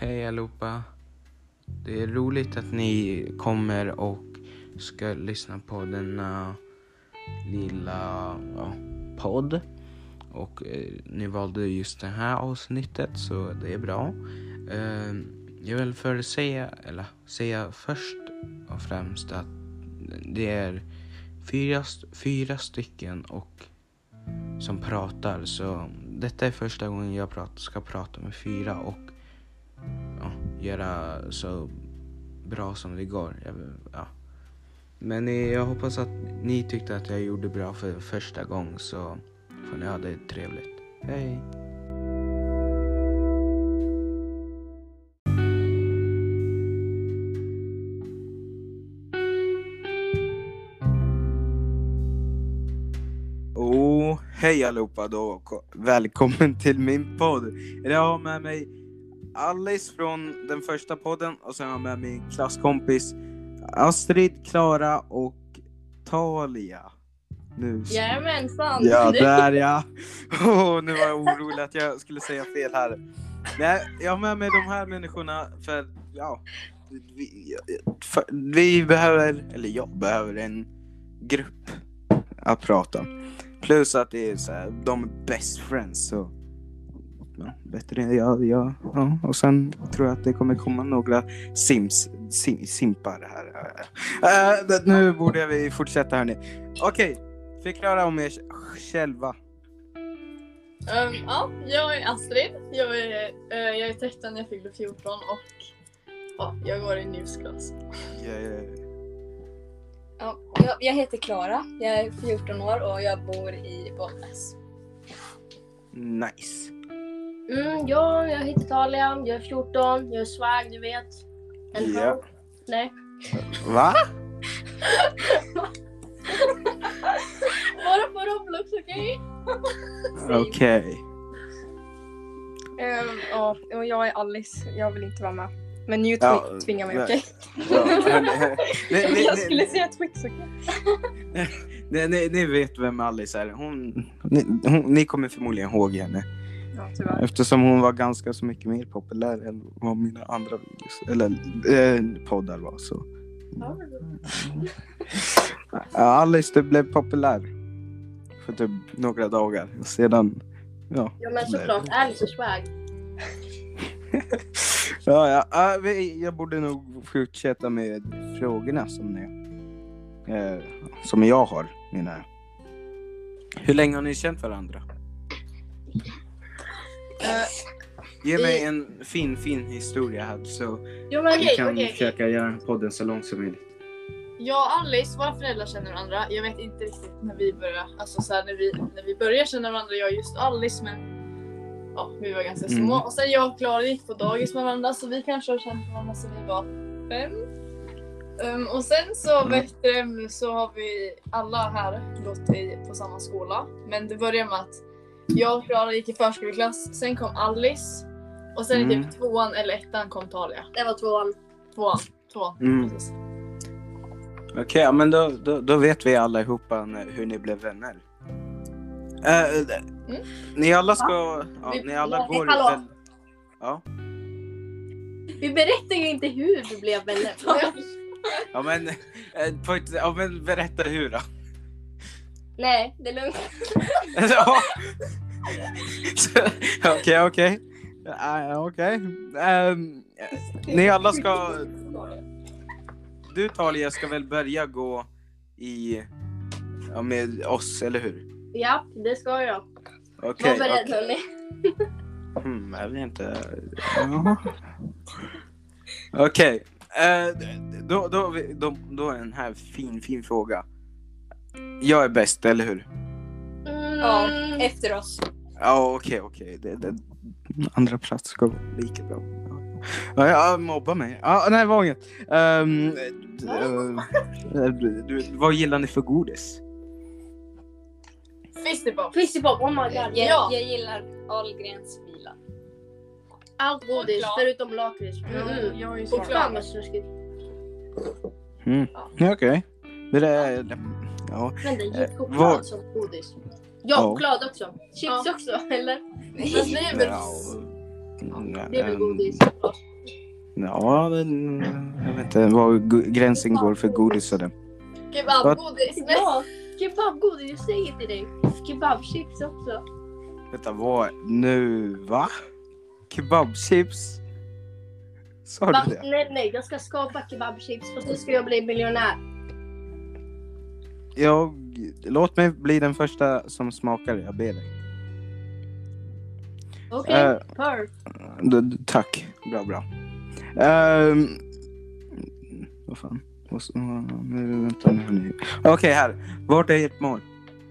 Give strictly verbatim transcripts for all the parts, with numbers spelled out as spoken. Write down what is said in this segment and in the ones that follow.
Hej allihopa. Det är roligt att ni kommer och ska lyssna på denna lilla ja, podd. Och eh, ni valde just det här avsnittet, så det är bra. Eh, jag vill för säga, eller säga först och främst att det är fyra, fyra stycken och som pratar. Så detta är första gången jag pratar, ska prata med fyra och ja, göra så bra som det går. Jag, ja. Men jag hoppas att ni tyckte att jag gjorde bra för första gången, så får ni ha det trevligt. Hej! Oh, hej allihopa då. Välkommen till min podd. Jag har med mig Alice från den första podden och sen har jag med min klasskompis Astrid, Klara och Talia. Nu. Jajamensan. Ja, där ja. Oh, nu var jag orolig att jag skulle säga fel här. Nej, jag har med mig de här människorna för, ja, vi, för, vi behöver, eller jag behöver en grupp att prata om. Plus att det är så här, de är best friends, så ja, bättre än jag, ja, ja. Och sen tror jag att det kommer komma några sims, sim, simpar här. Uh, nu borde vi fortsätta hörni. Okej, okay, förklara om er själva. Um, ja, jag är Astrid. Jag är, uh, jag är tretton, jag fyllde fjorton och ja, jag går i newsklass. Yeah, yeah. Ja, jag, jag heter Klara, jag är fjorton år och jag bor i Bollnäs. Nice. Mm, ja, jag heter Talia, jag är fjorton, jag är swag, du vet. En Ja. yeah. Nej. Va? Bara på Roblox, okej? Okay? Okej. Okay. Um, ja, och jag är Alice, jag vill inte vara med. Men nu Ja, tw- tvingar mig, okej? Okay? Jag skulle säga Twix, okej? Okay? ni, ni, ni vet vem Alice är. Hon, ni, hon, ni kommer förmodligen ihåg henne. Ja, tyvärr. Eftersom hon var ganska så mycket mer populär än vad mina andra videos, eller eh, poddar var. Så. Ja, Alice, det blev populär för typ några dagar. Och sedan, ja. Ja, men såklart, Alice och swag. ja, ja, jag borde nog fortsätta med frågorna som ni, eh, som jag har, menar jag. Hur länge har ni känt varandra? Uh, Ge mig en fin, fin historia här, så Jo, men vi okej, kan okej. försöka göra podden så långt som möjligt. jag och Alice, våra föräldrar känner varandra. Jag vet inte riktigt när vi började, alltså så här, när vi när vi började känna varandra, jag och just Alice, men ja, vi var ganska små. Mm. Och sen jag och Klara gick på dagis med varandra, så vi kanske har känt varandra sedan vi var fem. Um, och sen så, Mm. vet du, så har vi alla här gått i, på samma skola. Men det började med att jag och Klara gick i förskoleklass, sen kom Alice. Och sen i Mm. typ tvåan eller ettan kom Talia. Det var tvåan. Tvåan, tvåan, Mm. precis. Okej, okay, ja, men då, då, då vet vi alla ihop hur ni blev vänner. Uh, Mm. Ni alla ska, ja, Vi- ni alla ja, går hallå. väl, ja. Vi berättar ju inte hur vi blev vänner. Ja men, eh, på ett, ja men berätta hur då. Nej, det är lugnt. Ja. Okej, okej. Ja, okej. Ehm, Ni alla ska, du Talia ska väl börja gå i, ja, med oss, eller hur? Ja, det ska jag. Okej. Var beredd, okej. hörni. Hmm, jag vet inte. Ja. Okej. Eh, då, då, då, då är den här fin, fin fråga. Jag är bäst, eller hur? Mm. Ja, efter oss. Ja, okej, okej. Det, det, andra plats ska vara lika bra. Ja, jag mobbar mig. Ja, nej, var inget. Um, uh, du, du, vad gillar ni för godis? Fistibop. Fistibop, oh my god. Jag, Ja. jag gillar Ahlgrens vila. Allt godis, Choklad. förutom lakrits. Mm. Mm, jag är ju Och fan choklad. vad snuskigt. Mm. Ja, okej. Det där, det, ja. Men det är Eh, ju choklad vad- som godis. Ja, Ja. choklad också. Chips Ja. också, eller? Fast det är väl... Ja. Det är väl godis. Ja, men, jag vet inte var go- gränsen går för godisare. Kebabgodis. Men Ja, kebabgodis, jag säger till dig. Kebabchips också. Vänta, vad? Nu, va? Kebabchips? Sa Va? du det? Nej, nej, jag ska skapa kebabchips och så ska jag bli miljonär. Jag, låt mig bli den första som smakar, jag ber dig. Okej, Eh. per. D- d- tack, bra, bra. Ehm, vad fan? Vad s- Nu, vänta nu. nu. Okej, här. Vart är ert mål?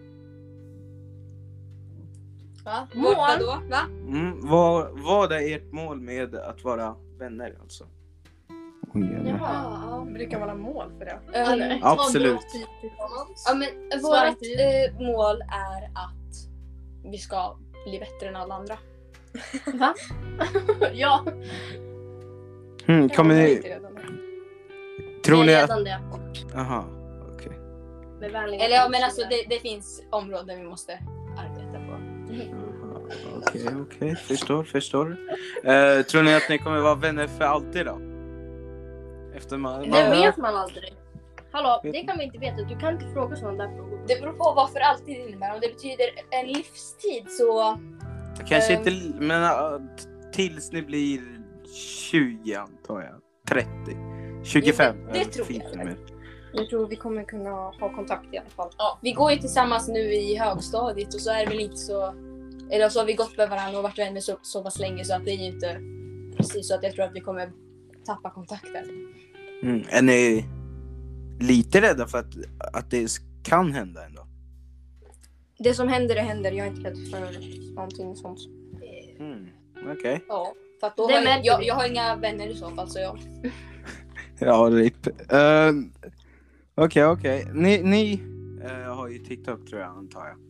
Va? Mål? Vart vadå? Va? Mm, vad, vad är ert mål med att vara vänner alltså? Oj, jävlar. Jaha. Ja, det brukar vara mål för det. ja. Eller? Absolut. Ja, men vårt eh, mål är att vi ska bli bättre än alla andra. Va? Ja, Hmm, kommer Ja, ni, inte redan. tror det ni är att... redan det. Aha, okej. Med vänliga Eller ja, men hälsningar. alltså det, det finns områden vi måste arbeta på. Aha, Okej, okej. Förstår, förstår. Eh, tror ni att ni kommer vara vänner för alltid då? Efter man... Det man vet man aldrig. Hallå, Vet det kan vi inte veta. Du kan inte fråga sådana där frågor. Det beror på vad för alltid innebär. Om det betyder en livstid så... Kanske Ehm. inte, men äh, t- tills ni blir tjugo antar jag. trettio. tjugofem. Ja, det- det är tror fint jag. med. Jag tror vi kommer kunna ha kontakt i alla fall. Ja. Vi går ju tillsammans nu i högstadiet och så är det väl inte så... Eller så har vi gått med varandra och varit vänner så, så pass länge så att det är ju inte precis så att jag tror att vi kommer tappa kontakten. Mm. Är ni lite rädda för att, att det kan hända ändå? Det som händer, det händer. Jag är inte rädd för någonting sånt. Mm. Okej. Ja, för att då Det har jag, märker jag, vi. jag har inga vänner i så fall så jag... Ja, rip. Uh, okej, okej. Ni, ni eh, har ju TikTok tror jag antar jag.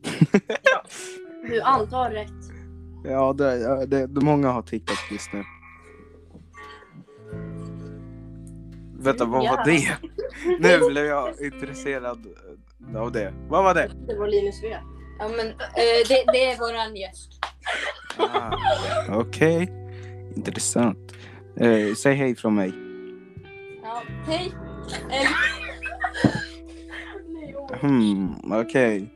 Du antar rätt. Ja, det, ja, det, det, många har TikTok just nu. Vänta, vad var det? Nu blev jag intresserad av det. Vad var det? Det var Linus V. Ja, men eh, det, det är våran gäst. Ah, okej. Intressant. Eh, säg hej från mig. Ja, hej! Eh, Hmm, okej.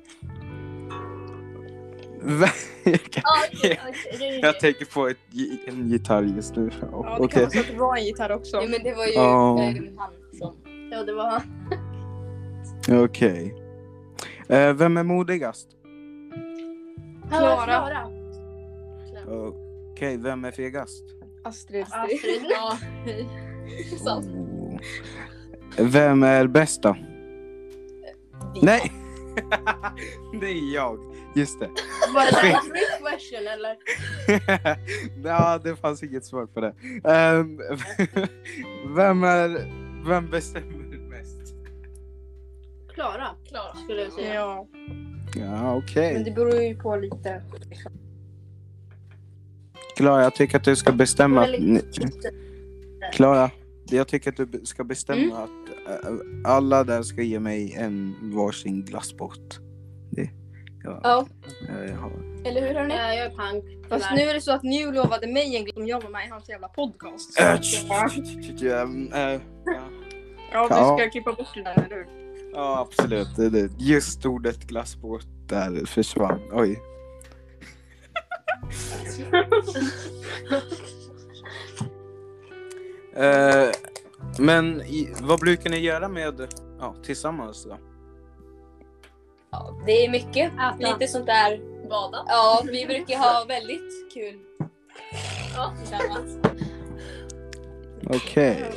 Va- jag, kan- jag tänker på ett, gi- en gitarr just nu. Ja, det Okej. kan vara så att det var en gitarr också. ja, men det var ju Ja. eh, han som... Ja, det var han. Okej. Eh, vem är modigast? Klara. Klara. Okej, vem är fegast? Astrid. Astrid. Ja, hej. Sant. Oh. Vem är bästa? Nej! Det är jag. Just det. Var det där en trick question eller? Ja, det fanns inget svar på det. Ehm, vem är... Vem bestämmer mest? Klara, Klara. skulle jag säga. Ja. Ja, okej. Men det beror ju på lite. Klara, jag tycker att du ska bestämma... Hon är att lite- ni- Klara, jag tycker att du be- ska bestämma att äh, alla där ska ge mig en varsin glasspott. Det... Ja. Ja, Jag har... eller hur hörni? Nej, jag är pank. Fast nu är det så att New lovade mig en grej om jag var med i hans jävla podcast. Äh, tj- tj- tj- tj- ähm, äh, ja. Ja, Ja. vi ska klippa bort det där, eller hur? Ja, absolut. Det är det. Just ordet glasspott där försvann. Oj. Eh, men i, vad brukar ni göra med ja, tillsammans då? Ja, det är mycket. Äta. Lite sånt där. Bada. Ja, vi brukar ha väldigt kul. Ja, tillsammans. Okej.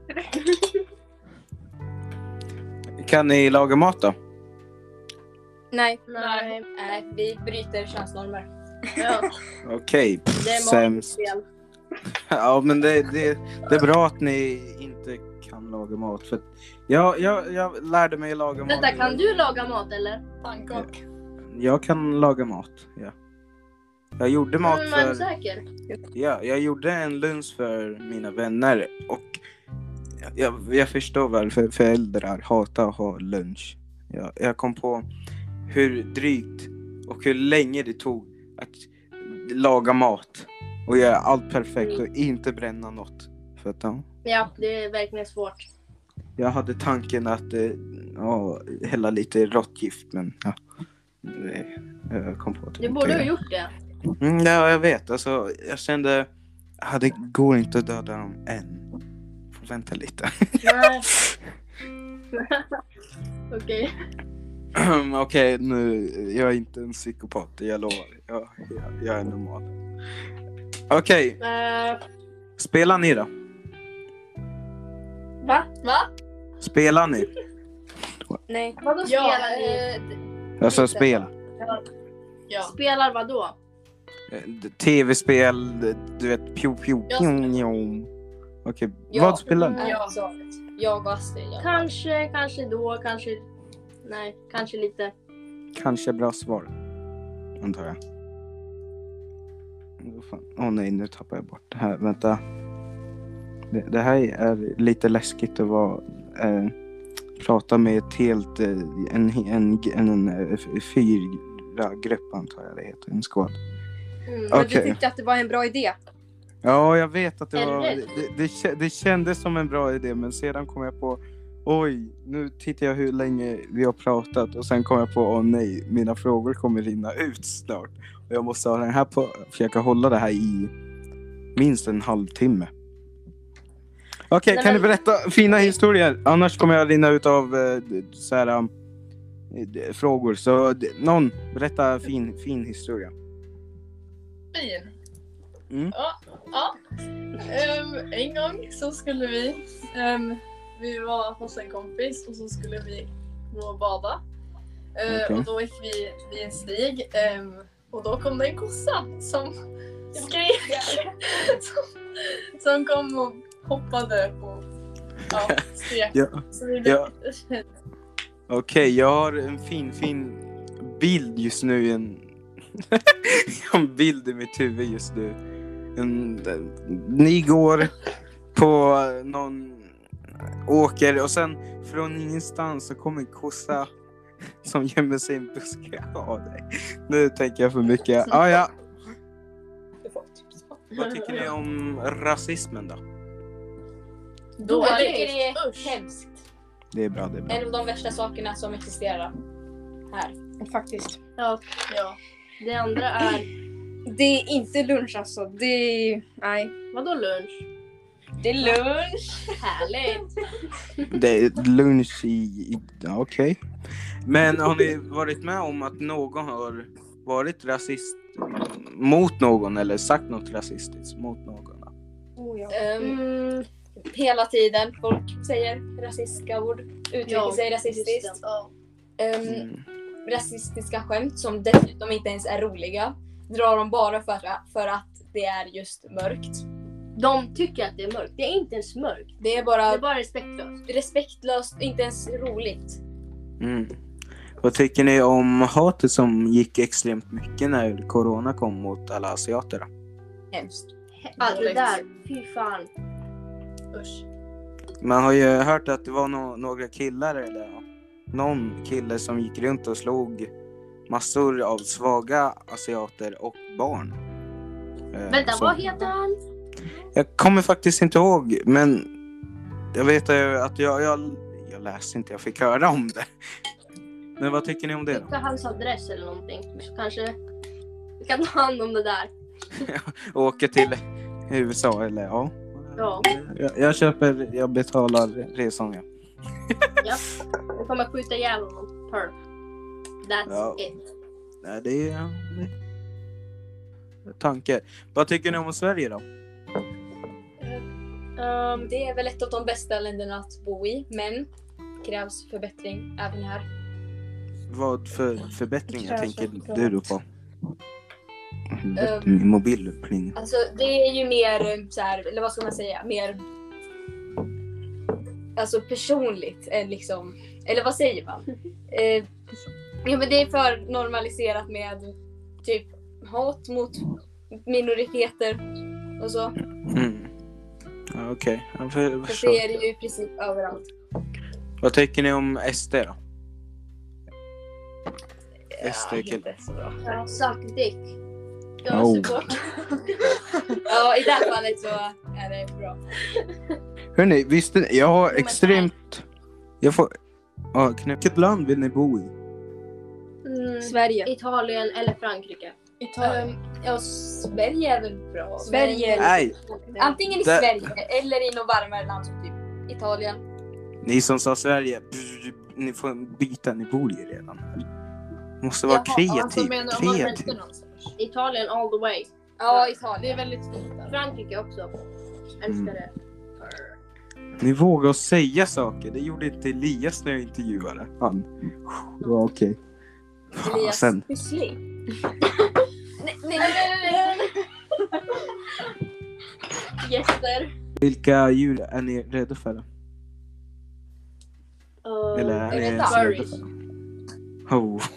Kan ni laga mat då? Nej. Nej. Nej, vi bryter könsnormer. Ja, Okej, pff, det är sämst. fel. Ja, men det, det, det är bra att ni inte kan laga mat. För att jag, jag, jag lärde mig laga mat. Vänta, kan du laga mat eller? Pannkaka. Jag kan laga mat, ja. Jag gjorde mat Mm, är du för... säker? Ja, jag gjorde en lunch för mina vänner. Och jag, jag förstår varför föräldrar hatar att ha lunch. Jag, jag kom på hur drygt och hur länge det tog att laga mat. Och göra allt perfekt och inte bränna något. För att, ja. Ja, det är verkligen svårt. Jag hade tanken att eh, ja, hälla lite råttgift, men ja. Nej, jag kom på det. Du borde ha gjort det. Mm, ja, jag vet. Alltså, jag kände att det går inte att döda dem än. Får vänta lite. Nej. Okej. Okej, okay, nu. Jag är inte en psykopat, jag lovar. Jag, jag, jag är normal. Okej. Okay. Uh, Spelar ni då? va? Va? Spelar ni? Nej. Vadå Ja, spelar ni? Eh, Alltså spel. Ja. Spelar vad då? Eh, Tv-spel, du vet, pju pju Jag pju. Okej, Ja. vad spelar ni? Ja. Alltså, jag och Astrid. Ja. Kanske, kanske då, kanske... Nej, kanske lite. Kanske bra svar, antar jag. Åh oh, nej, nu tappar jag bort det här. Vänta. Det, det här är lite läskigt att vara, eh, prata med ett helt, eh, en, en, en, en, en fyra grupp, antar jag det heter, en squad. Mm. Men Okej. du tyckte att det var en bra idé. Ja, jag vet att det Är du var, rädd? det, det, det kändes som en bra idé, men sedan kom jag på, oj, nu tittar jag hur länge vi har pratat och sen kom jag på, åh nej, mina frågor kommer rinna ut snart. Och jag måste ha den här på, försöka hålla det här i minst en halvtimme. Okej, Nej, kan men- du berätta fina historier? Annars kommer jag rinna ut av eh, så här um, eh, frågor. Så d- någon, berätta fin, fin historia. Fin. Mm. Ja. ja. Ehm, en gång så skulle vi, ehm, vi var hos en kompis och så skulle vi gå och bada. Ehm, Okej. Och då gick vi vid en stig ehm, och då kom det en kossa som skrek. som, som kom och hoppade och ja, skrek. Ja. Så vi blev Ja. Okej, jag har en fin, fin bild just nu. En, jag har en bild i mitt huvud just nu. En, ni går på någon åker och sen från ingenstans så kommer en kossa som gömmer sig i en buske av dig. Nu tänker jag för mycket. Ah, ja. Vad tycker ni om rasismen då? Jag Dåligt. tycker det är Usch. hemskt. Det är bra, det är bra. En av de värsta sakerna som existerar här. Faktiskt. Ja, Ja. det andra är... Det är inte lunch alltså. Det är... Nej. Vadå lunch? Det är lunch. Härligt. Det är lunch i... i ja, okej. Men har ni varit med om att någon har varit rasist mot någon eller sagt något rasistiskt mot någon? Oh, ja. um, Mm, hela tiden. Folk säger rasistiska ord. Uttrycker Ja, sig just rasistiskt. Ja. Um, Mm. Rasistiska skämt som dessutom inte ens är roliga. Drar de bara för, för att det är just mörkt. de tycker att det är mörkt. Det är inte ens mörkt. Det är Det bara är bara respektlöst. respektlöst, inte ens roligt. Mm. Vad tycker ni om hatet som gick extremt mycket när corona kom mot alla asiater då? Hemskt. Allt det Dåligt. där. Fy fan. Usch. Man har ju hört att det var no- några killar eller ja, någon kille som gick runt och slog massor av svaga asiater och barn. Eh, Vänta, så- vad heter han? Jag kommer faktiskt inte ihåg, men jag vet ju att jag, jag, jag läste inte, jag fick höra om det. Men vad tycker ni om det då? Skicka hans adress eller någonting. Så kanske vi kan ta hand om det där. Åker till U S A eller ja. Ja. Jag, jag köper, jag betalar resan, ja. Ja. Vi kommer skjuta ihjäl honom. Per. That's Ja. it. Nej, det är det. Tanke. Vad tycker ni om Sverige då? Um, Det är väl ett av de bästa länderna att bo i, men krävs förbättring även här. Vad för förbättringar Krävs tänker för- du då på? Ehm. Min mobil pling. Alltså det är ju mer så här, eller vad ska man säga, mer alltså personligt än liksom, eller vad säger man? Eh, ja, men det är för normaliserat med typ hat mot minoriteter och så. Mm. Ja, okej. Jag för- Så förstår. det är det ju i princip överallt. Vad tycker ni om S D då? S Ja, D-kill. inte så bra. ja, suck dick. Ja, Oh. såklart. Ja, i det här fallet så är det bra. Hörrni, visste ni, jag har Jo, men extremt... Jag får... Ja, knä- vilket land vill ni bo i? Mm, Sverige. Italien eller Frankrike. Italien. Um, ja, Sverige är väl bra. Sverige. Nej, Antingen i Det- Sverige eller i något varmare land som typ Italien. ni som sa Sverige, ni får byta, ni bor ju redan. Måste vara Jaha, kreativ. Alltså menar om man kreativ. röstar någonstans. Italien all the way. Ja, Det Italien. är väldigt fint där. Frankrike också. Älskar Mm. det. Ni vågar säga saker. Det gjorde inte Elias när jag intervjuade han. Ja, okej. Elias Sen. Pyssling. nej, nej, nej, nej, nej. Gäster. Vilka djur är ni rädda för? Uh, Eller är ni är det ens rädda furries. för? Oh. uh,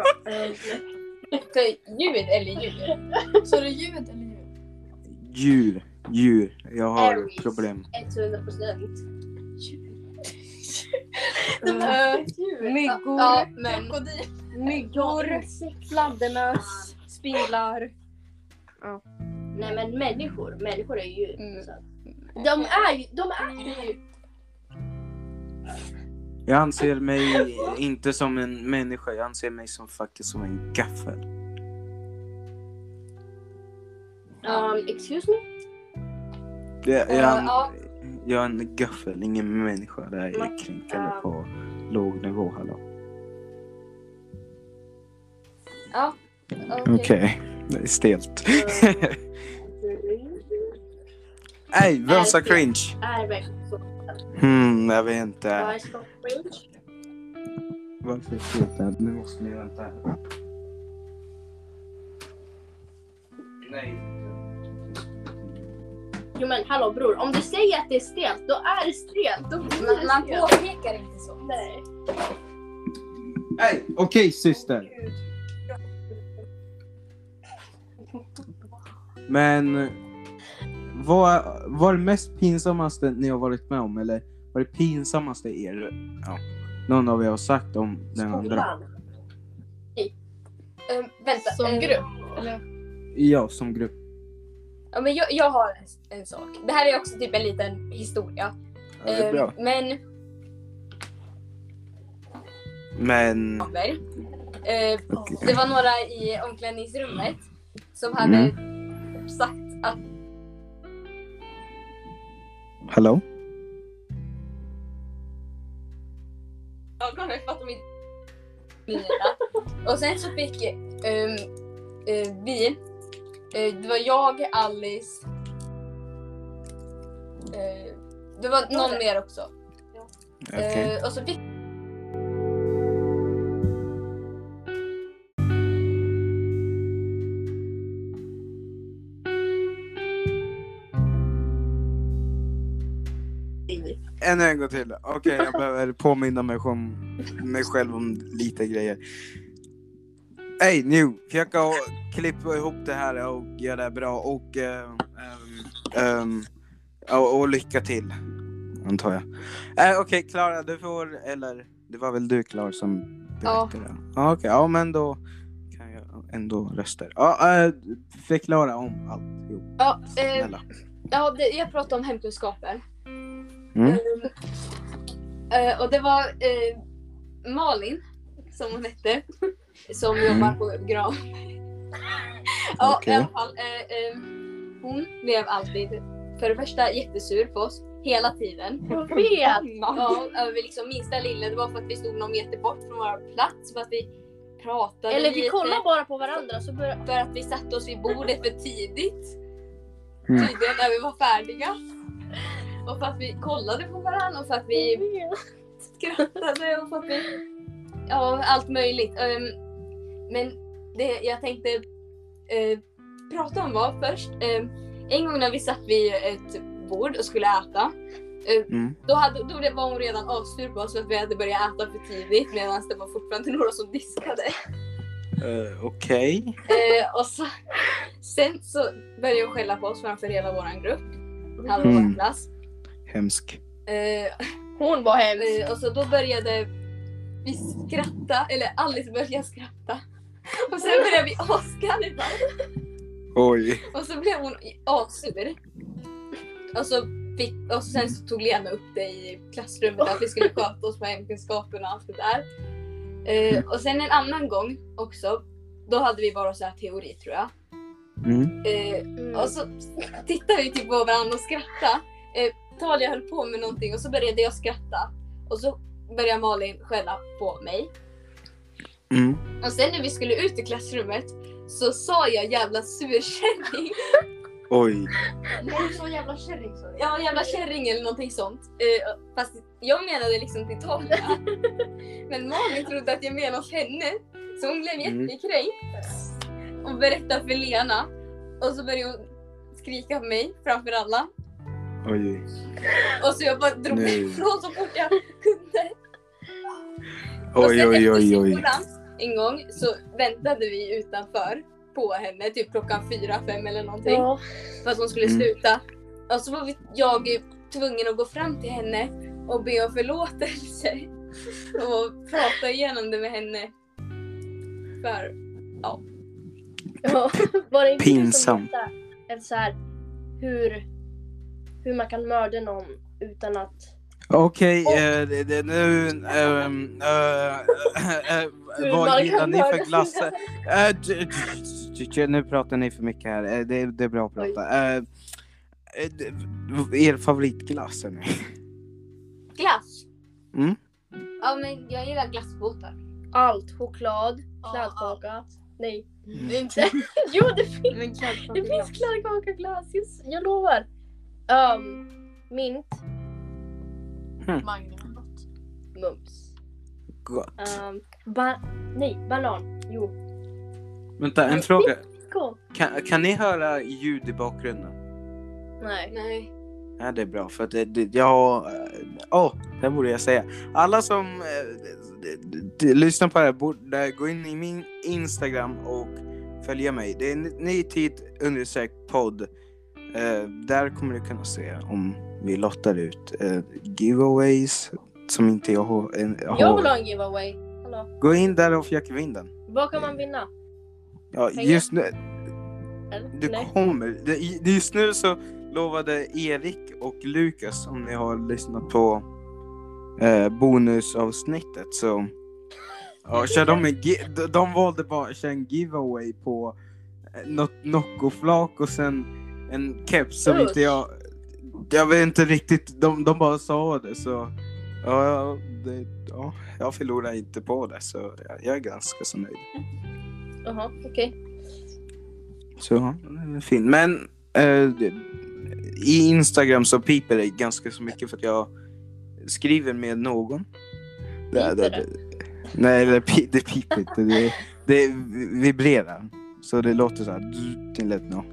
För ljud eller djur? Så är det ljud eller ljud? Djur. Djur. Jag har Aries. problem. hundra procent. Myggor. Ja, men krokodil. myggor, fladdermöss, spindlar. Nej men människor. Människor är ju... Mm. Så. De är ju... De är ju... Jag anser mig inte som en människa. Jag anser mig som faktiskt som en gaffel. Um, excuse me? Jag, Eh, jag, ja. jag är en gaffel, ingen människa. Det här är kränkande på låg nivå. Hallå. Ja. Okej, Okej. det är stelt. Uh, Nej, vem sa cringe? är verkligen så. Hmm, jag vet Jag inte. är så cringe. Varför slutar? Nu måste ni vänta här. Nej. Jo men hallå bror, om du säger att det är stelt, då är det stelt. Då blir Man, det man stelt. påpekar inte så. Nej. Nej, okej syster. Men vad var det mest pinsammaste ni har varit med om? Eller vad är det pinsammaste er, ja, någon av er har sagt om den andra? Skolan. Um, vänta. Som um, grupp. Eller? Ja, som grupp. Ja, men jag, jag har en, en sak. Det här är också typ en liten historia. Ja, det är bra. Um, men Men... uh, Okej. det var några i omklädningsrummet som hade Mm. sagt att Hallå? ögonen för att de inte mina. Och sen så fick um, uh, vi, uh, det var jag, Alice, uh, det var någon mer också. Okej. Uh, och så fick Ännu en gång till. Okej, jag behöver påminna mig, om, mig själv om lite grejer. Hej, nu. Försöka klippa ihop det här och göra det bra. Och, uh, um, um, och, och lycka till, antar jag. Uh, Okej, okay, Klara, du får... Eller, det var väl du, Klara, som berättade? Ja. Ja, okej. Okay, ja, men då kan jag ändå rösta. Ja, uh, förklara om allt. Jo, ja, uh, snälla. ja det, jag pratade om hemkunskapen. Mm. Um, uh, och det var uh, Malin, som hon hette, som Mm. jobbar på grav. Ja, Okej. i alla fall. Uh, um, hon blev alltid, för det första, jättesur på oss. Hela tiden. Jag vet. Ja, över liksom minsta lilla. Det var för att vi stod någon meter bort från vår plats. För att vi pratade Eller vi lite. kollar bara på varandra så börjar... För att vi satte oss vid bordet för tidigt. Mm. Tydligen när vi var färdiga. Och för att vi kollade på varandra. Och för att vi skrattade. Och för att vi... Ja, allt möjligt. Um, men det jag tänkte uh, prata om var först. Um, en gång när vi satt vid ett bord och skulle äta. Uh, Mm. då, hade, då var hon redan avstur på oss för att vi hade börjat äta för tidigt. Medan det var fortfarande några som diskade. Uh, Okej. Eh, och så, sen så började jag skälla på oss framför hela våran grupp. Halva Mm. vår klass. Hemsk. Eh, Hon var hemsk. eh, och så då började vi skratta. Eller Alice började skratta. Och sen började vi asgarva. Oj. Och så blev hon avsur. Och så fick, och så sen så tog Lena upp det i klassrummet att vi skulle sköta oss med hemkunskapen och allt det där. Uh, och sen en annan gång också, då hade vi bara så här teori tror jag. Mm. Uh, Mm. och så tittade vi typ på varandra och skrattade. Uh, Talia höll på med någonting och så började jag skratta. Och så började Malin skälla på mig. Mm. Och sen när vi skulle ut i klassrummet så sa jag jävla surkärring. Oj. Nej, så jävla kärring så. Ja, jävla kärring eller någonting sånt. Uh, fast jag menade liksom till Talia. Men Malin trodde att jag menade henne. Så hon blev Mm. jättekränkt. Och berättade för Lena. Och så började hon skrika på mig framför alla. Oj. Och så jag bara drog Nej. ifrån så fort jag kunde. Och Oj, sen oj, efter oj, oj. skolan en gång så väntade vi utanför på henne. Typ klockan fyra, fem eller någonting. Ja. För att hon skulle Mm. sluta. Och så var vi, jag tvungen att gå fram till henne och be om förlåtelse. Och prata igenom det med henne. För, ja. Ja. Var det inte du som Pinsamt. berättade, eller så här, hur, hur man kan mörda någon utan att... Okej, eh, det- det- nu... ehm, eh, eh, eh, vad man gillar kan ni för mörda glassar? Eh, d- d- d- Nu pratar ni för mycket här. Eh, Det, det är bra att prata. Eh, eh, d- Er favoritglass är ni? Glass. Mm? Ja, men jag gillar glassbåtar. Allt. Choklad, Ja, kladdkaka. Nej. Det är inte... Jo, det finns, Men kladdkaka. det finns kladdkaka-glass. Just- Jag lovar. Um, mint. Magnum och gott. Mums. Gott. Um, ba- nej, banan. Jo. Vänta, en fråga. Cool. Kan, kan ni höra ljud i bakgrunden? Nej. Nej. Ja, det är bra för att det, det, jag... Åh, oh, det borde jag säga. Alla som eh, d- d- d- lyssnar på det här borde gå in i min Instagram och följa mig. Det är nytid undersök podd. Eh, där kommer du kunna se om vi lottar ut eh, giveaways som inte jag har. En, Jag vill har. ha en giveaway. Hallå. Gå in där och försök vinna den. Vad kan man vinna? Ja, Pengar? just nu... Eller? Du Nej. kommer. Det, just nu så lovade Erik och Lukas, om ni har lyssnat på eh, bonusavsnittet, så ja, kör de, en, gi- de, de valde bara att köra en giveaway på eh, något Nocco-flak och sen en keps som Usch. inte jag jag vet inte riktigt, de, de bara sa det så ja, ja, det, ja, jag förlorar inte på det så jag, jag är ganska så nöjd. Jaha, okej. Så ja, det är fint. Men eh, i Instagram så piper det ganska så mycket för att jag skriver med någon. Piper det, det? Nej, det, pi- det piper inte. Det, det vibrerar. Så det låter så här. Till ett no.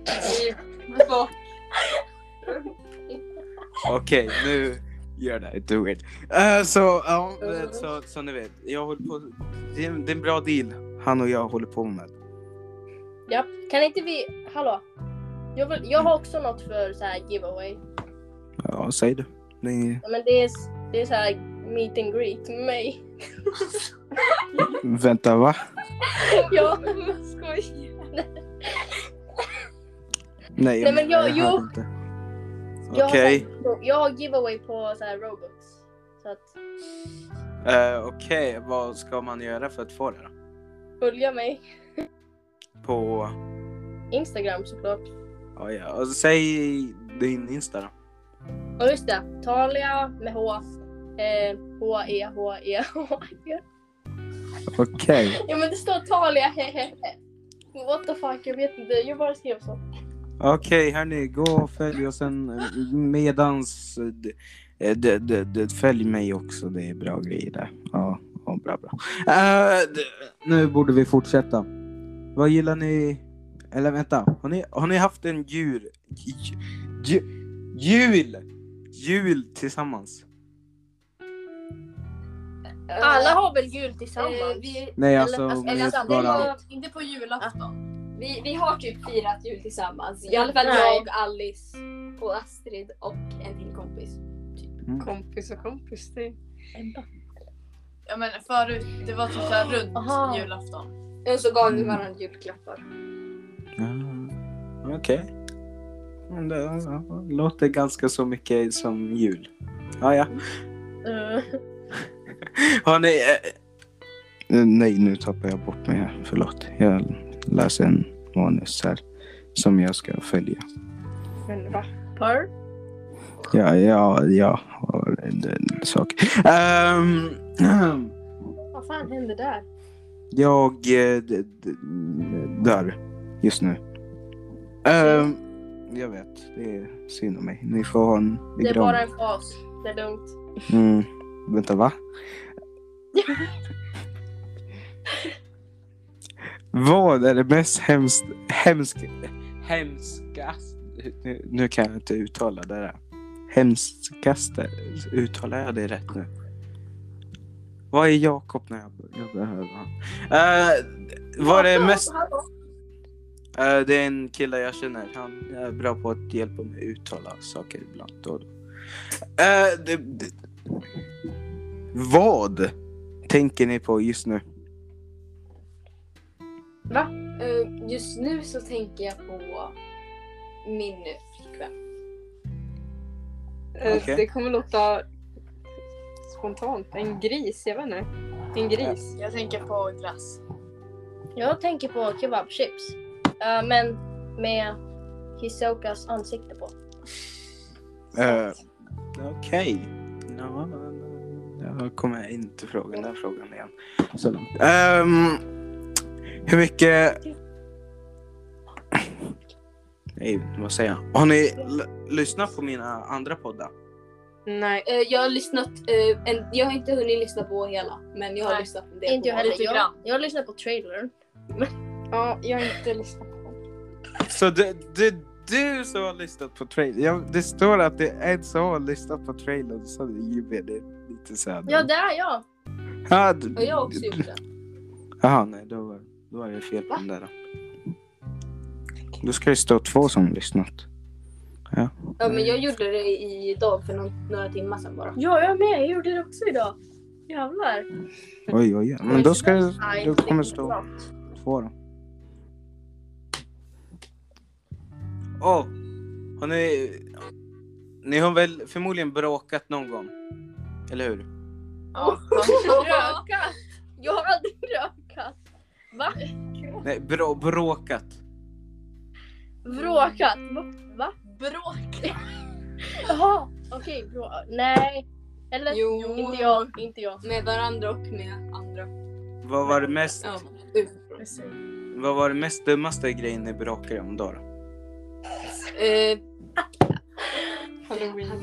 Okej, nu gör det. Do it. Uh, så, ja, så, så ni vet. Jag håller på. Det är, det är en bra deal. Han och jag håller på med. Ja, kan inte vi... Hallå? Jag, vill, jag har också något för så här giveaway. Ja, säg det. det är... Ja, men det är, det är så här meet and greet med mig. Vänta, va? Ja. Skoj. Nej, Nej, men jag- hörde jo. inte. Jag, Okej. har, så här- jag har giveaway på så här Robux. Så att Uh, Okej, vad ska man göra för att få det då? följa mig. På... Instagram såklart. Ja, ja. Och säg din Insta då. Och just det, Talia med H. Eh, H E H E H E. Okej. Ja, men det står Talia hehehe. What the fuck, jag vet inte. Jag bara skrev så. Okej, hörni. Gå och följ oss sen medans... d- d- d- d- Följ mig också, det är bra grejer där. Ja, ja bra, bra. Uh, d- nu borde vi fortsätta. Vad gillar ni... Eller vänta, har ni, har ni haft en djur... Ju, jul! Jul tillsammans? Alla har väl jul tillsammans? Eh, vi, Nej, alltså... Eller- alltså, men eller just alltså, det bara... var- Inte på julafton. vi, vi har typ firat jul tillsammans. I alla fall Nej. jag, Alice och Astrid och en till kompis. Kompis och kompis. Det... Ja men förut, det var typ såhär runt Aha. julafton. Och så gav vi Mm. varandra julklappar. Ja. Okej. Men det ja, låter ganska så mycket som jul. Ja, ja. Uh, Har ni... Eh, nej, nu tappar jag bort mig här. Förlåt. Jag läser en manus här som jag ska följa. Men va? Purr? Ja, ja, ja. En, en sak. Um, Vad fan hände där? jag eh, d- d- där just nu. Um, jag vet. Det är synd om mig. Ni får ha en Det är begravning. bara en fas. Det är lugnt. Mm, vänta, va? Vad är det mest hemskt, hemsk, hemskast... Nu, nu kan jag inte uttala det där. Hemskaste. Uttalar jag det rätt nu? Vad är Jakob när jag, jag behöver han? Uh, vad är det mest... Uh, det är en kille jag känner. Han är bra på att hjälpa mig att uttala saker ibland. Då. Uh, det, det, vad tänker ni på just nu? Va? Uh, just nu så tänker jag på min flickvän. Eh, Okej. Det kommer låta spontant. En gris, jag vet inte. En gris. Jag tänker på glass. Jag tänker på kebabchips. Uh, men med Hisokas ansikte på. Uh, Okej. Okay. No, jag kommer inte fråga den här frågan igen. Så långt. Um, hur mycket... Nej, vad säger jag? Har ni l- lyssnat på mina andra poddar? Nej. Uh, jag har lyssnat, uh, en, jag har inte hunnit lyssna på hela, men jag har Nej, lyssnat en del Inte på jag heller. lite Jag, grann. jag har lyssnat på trailern. Ja, jag har inte lyssnat på den. Så det, det du som har lyssnat på trailern. Ja, det står att det är en som har lyssnat på trailern. Så det är det lite så här. Ja, det är jag. Ja, d- Och jag har också gjort det. Jaha, nej, då, var- då är det fel på den där då. Då ska det stå två som lyssnat. Ja. Ja, men jag gjorde det idag för någon, några timmar sedan bara. Ja, jag med. Jag gjorde det också idag. Jävlar. Oj, oj, oj. Men då ska det, Nej, då inte kommer det riktigt stå bra. två då. Åh, oh, har ni... Ni har väl förmodligen bråkat någon gång? Eller hur? Ja. Rökat? Jag har aldrig rökat. Va? Nej, brå, bråkat. Bråkat? Va? Va? Bråk. Jaha, okej. Brå... Nej. Eller? Jo. Inte jag. Inte jag. Med varandra och med andra. Vad var det mest, Ja, vad var det mest dummaste grejen ni bråkade om då? då? uh, Halloween.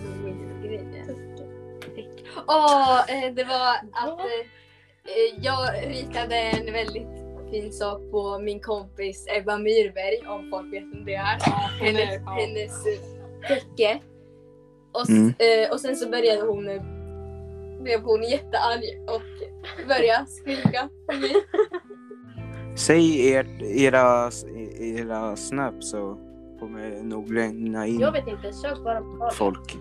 Åh, eh, det var att eh, jag ritade en väldigt fin sak på min kompis Ebba Myrberg, om folk vet vem det är. Hennes, Ja. hennes eh, täcke. Och, s- Mm. eh, och sen så började hon eh, blev hon jättearg och började skrika på mig. Säg er, era, era snaps så kommer jag nog lägga in Jag vet inte. Sök bara på tal. folk.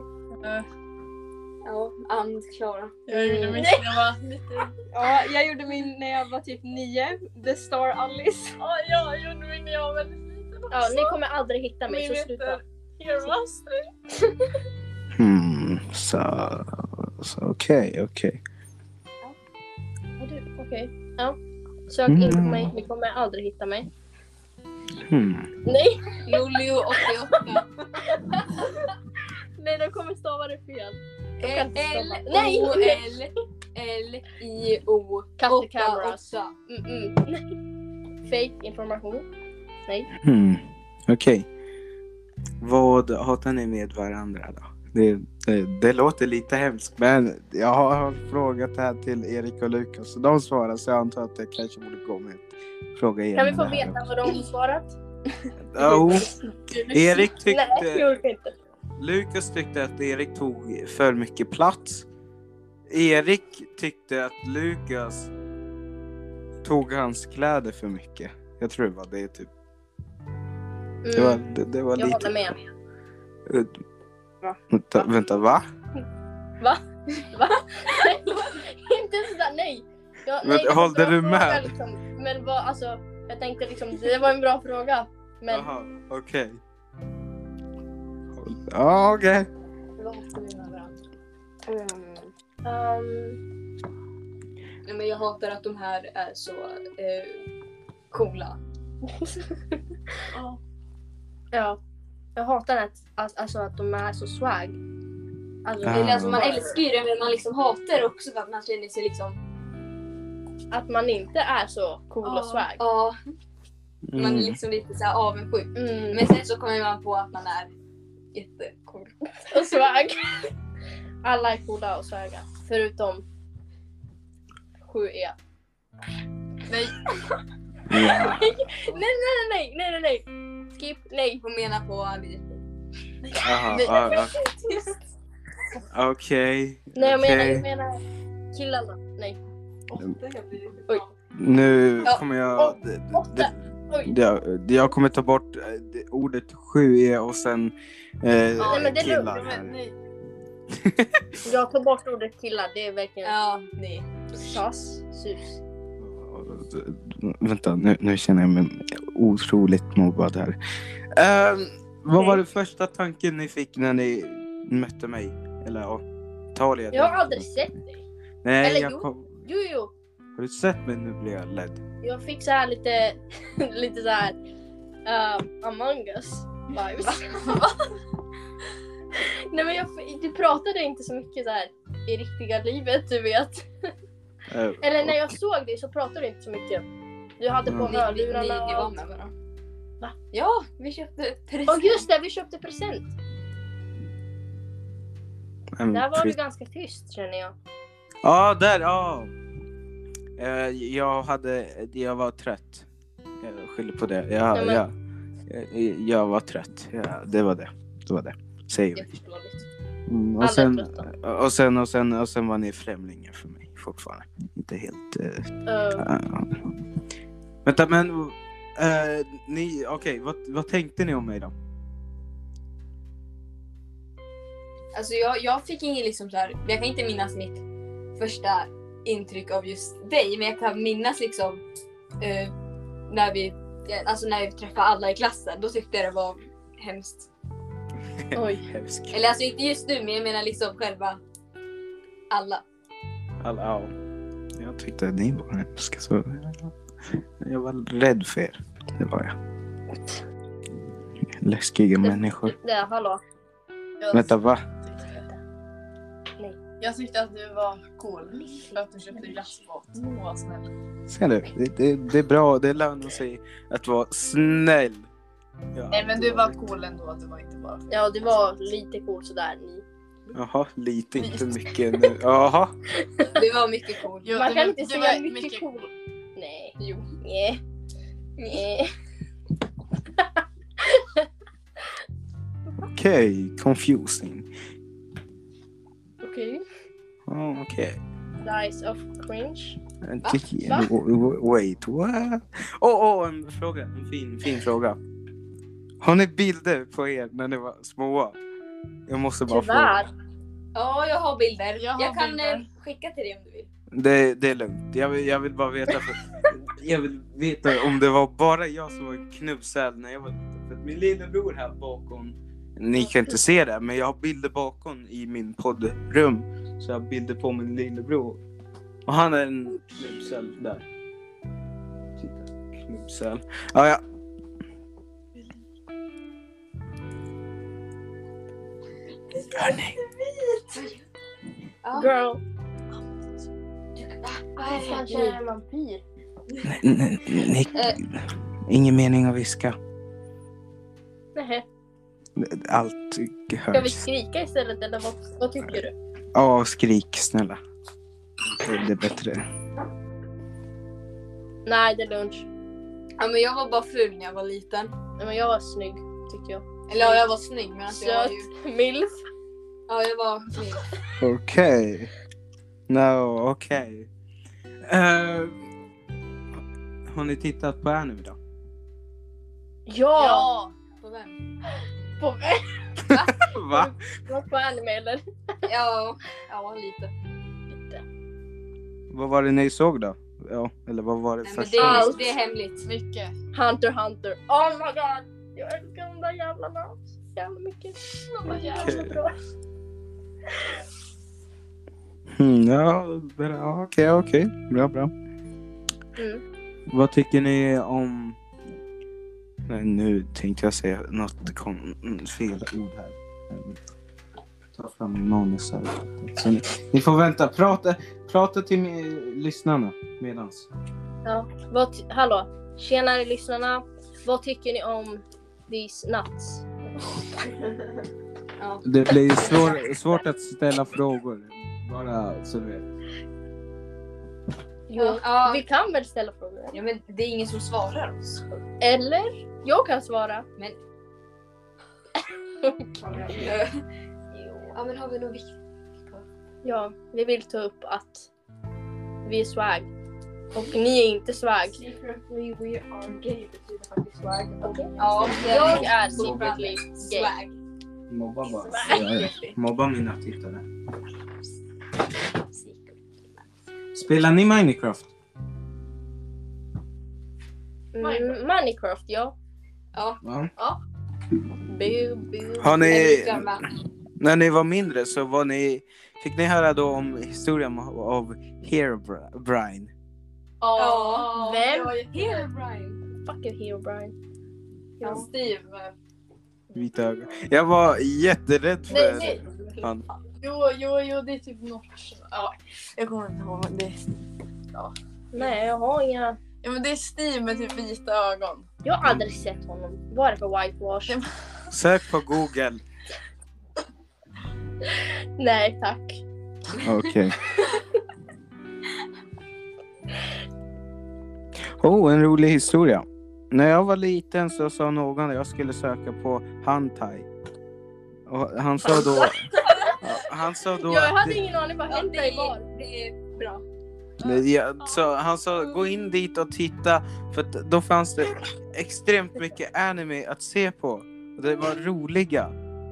Ja, and Klara. Jag gjorde mitt när jag var lite... Ja, jag gjorde min när jag var typ nio. The Star Alice. Ja, jag gjorde min när jag var väldigt liten också. Ja, ni kommer aldrig hitta mig, Min så sluta. heter Hero Astrid. Hmm, så, så okej, okej. Ja, du, okej. Ja. Sök in på mig. Ni kommer aldrig hitta mig. Hmm. Nej! Lolio åttioåtta. Nej, de kommer stava det fel. De kan L inte stava. Nej! Nej! L L I O Katte cameras. åtta. Mm-mm. Nej. Fake information. Nej. Hmm. Okej. Vad hatar ni med varandra då? Det, det, det låter lite hemskt, men jag har frågat här till Erik och Lukas och de svarar, så jag antar att det kanske borde gå med att fråga er. Kan vi med få det här veta också. vad de har svarat? Jo, Erik Nej, tyckte, jag orkar inte. Lukas tyckte att Erik tog för mycket plats. Erik tyckte att Lukas tog hans kläder för mycket. Jag tror det var det typ. Det var, Mm, det, det var jag lite... håller med. Uh, Va? Vänta, vänta, va? Va? Va? Inte sådär, nej. Jag, Men nej det var en hållde bra du fråga, med? Liksom. Men vad, alltså, jag tänkte liksom, det var en bra fråga. Men Jaha, okej. Ja, okej. Vad hatar vi med varandra? Mm. um, Nej, men jag hatar att de här är så eh, coola. Ja. ja. Jag hatar att, att, alltså, att de är så swag. Alltså, Ah. Eller alltså man älskar ju det men man liksom hatar också för att man känner sig liksom... att man inte är så cool Ja. och swag. Ja, man är Mm. liksom lite så här avundsjuk. Mm. Men sen så kommer man på att man är jättecool. Och swag. Alla är coola och swaga. Förutom sju E. Nej. Ja. Nej, nej, nej, nej, nej, nej. Skip, nej. Hon menar på vi. Jaha, Nej. ja, ja. Okej. Nej, jag menar, okej. jag menar killarna. Nej. Oj. Nu Ja. kommer jag... det- det- Åtta. det- Oj. det- det- Jag kommer ta bort eh, det- ordet sju E och sen eh, Nej, men det är killar lugnt. här. Men, nej. Jag tar bort ordet killar. Det är verkligen Ja, nej. sas, sus. Vänta, nu, nu känner jag mig otroligt mobbad här. Ehm, vad var det första tanken ni fick när ni mötte mig? Eller ja, Talia? Jag har aldrig sett dig. Nej, eller jag jo. kom... Jo, jo. Har du sett mig? Nu blir jag ledd. Jag fick så här lite, lite så här um, Among Us vibes. Nej, men jag, du pratade inte så mycket så här i riktiga livet, du vet. Eh, Eller när jag såg dig så pratade du inte så mycket. Du hade på Mm. Ni, ni, ni, hörlurarna ni och var allt. med varandra. Va? Ja, vi köpte present. Och just det, vi köpte present. en Där var tri- du ganska tyst, känner jag. Ja, där, ja. Eh, jag hade, jag var trött. Jag skyller på det. Jag, Nej, men- jag, jag, jag var trött. Ja, det var det. Det var det. Säger vi. Jätteförståeligt. Mm, Alla och, är sen, trötta. och, sen, och, sen, och sen var ni främlingar för mig fortfarande. Inte helt... eh, Uh, uh, vänta, men... eh, ni, okej, vad, vad tänkte ni om mig då? Alltså jag, jag fick ingen liksom så här, jag kan inte minnas mitt första intryck av just dig, men jag kan minnas liksom eh, när vi alltså när vi träffade alla i klassen, då tyckte jag det var hemskt. oj. Hemskt. Eller alltså inte just nu, men jag menar liksom själva alla. Alla, ja. Jag tyckte ni var hemska, så jag var rädd för er. Det var jag. Läskiga människor. Det, hallå. Jag, Vänta, va? jag tyckte att du var cool för att du köpte glassbåt. Åh, vad snäll. Ser du? Det, det, det är bra, det lönar sig att vara snäll. Ja, Nej, men du var cool ändå. Du var inte bara... Ja, det var lite coolt sådär. Ni. Jaha, lite, inte mycket nu. Jaha. Det var mycket cool. Jo, Man du- kan inte du säga var mycket, cool. Nej. Jo. Nej. Nej. Okej, confusing. Okej. Oh, okej. Dice of cringe. Okay. Wait, what? Åh, oh, en fråga. En fin, fin fråga. Har ni bilder på er när ni var små? Jag måste bara Tyvärr. fråga. Ja, jag har bilder. Jag Jag, har kan bilder. eh, skicka till dig om du vill. Det, det är lugnt. Jag vill, jag vill bara veta. För, jag vill veta om det var bara jag som var en knubbsäl när jag var liten. För att min lillebror här bakom. Ni kan inte se det, men jag har bilder bakom i min poddrum. Så jag har bilder på min lillebror. Och han är en knubbsäl där. Titta, knubbsäl. Ja, ja. Hörni. Ja. Girl. Vad är det? Kanske är en vampyr. Nej, nej, nej. Ingen mening att viska. Nej. Allt Ska vi hörs. skrika istället eller vad, vad tycker du? Ja, skrik snälla. Det, det är bättre. Nej, det är lunch. Ja, men jag var bara ful när jag var liten. Nej, men jag var snygg tyckte jag. Eller ja, jag var snygg, men alltså jag var ju... Söt. Milf. Ja, jag var snygg. Okej. No, okej. Eh, har ni tittat på anime då? Ja. Ja! På vem? På Va? Något på anime eller? Ja, ja lite. Lite. Vad var det ni såg då? ja, eller vad var det Nej, men första? det, Allt. är, det är hemligt. Mycket. Hunter Hunter. Oh my god! Jag älskar de där jävlarna så jävla mycket. De var jävla bra. Mm, ja, bra, okej, okej. Bra, bra. Mm. Vad tycker ni om... Nej, nu tänkte jag säga något kon... fel ord här. Ta fram min manus här. Så ni, ni får vänta. Prata, prata till mi- lyssnarna medans. Ja. Vad ty- Hallå, tjenare lyssnarna. Vad tycker ni om these nuts? Ja. Det blir svår, svårt att ställa frågor. Bara så du vet. Jo, Ja. vi kan väl ställa frågor? Ja, men det är ingen som svarar oss. Eller? Jag kan svara. Men... Jo. Ja, men har vi något viktigt? Ja, vi vill ta upp att vi är swag. Och ni är inte swag. Secretly we are gay betyder faktiskt swag. Okej. Ja, Jag är secretly gay. swag. Mobba bara. Ja, ja. Mobba mina tittare. Spelar ni Minecraft? Mm, Minecraft, ja. Ja. Ja. Bu, bu. Har ni... Jag brukar med. När ni var mindre så var ni... Fick ni höra då om historien av Herobrine? Ja. Vem? Here, Brian. Fuck you, Hero Brian. Ja. Steve. Vita ögon. Jag var jätterädd för Nej, nej. han. Jo, jo, jo, det är typ något. Ja, jag kommer inte ihåg. Men det, Nej, jag har inga... ja, men det är Steve med typ vita ögon. Jag har aldrig sett honom. Vad är det för whitewash? Ja. Sök på Google. Nej, tack. Okej. Oh, en rolig historia. När jag var liten så sa någon att jag skulle söka på hentai. Och han sa då... han sa då Jag att hade det- ingen aning vad Ja, hände det, i var. är, det är bra. Nej, ja, så han sa gå in dit och titta för att då fanns det extremt mycket anime att se på och det var roliga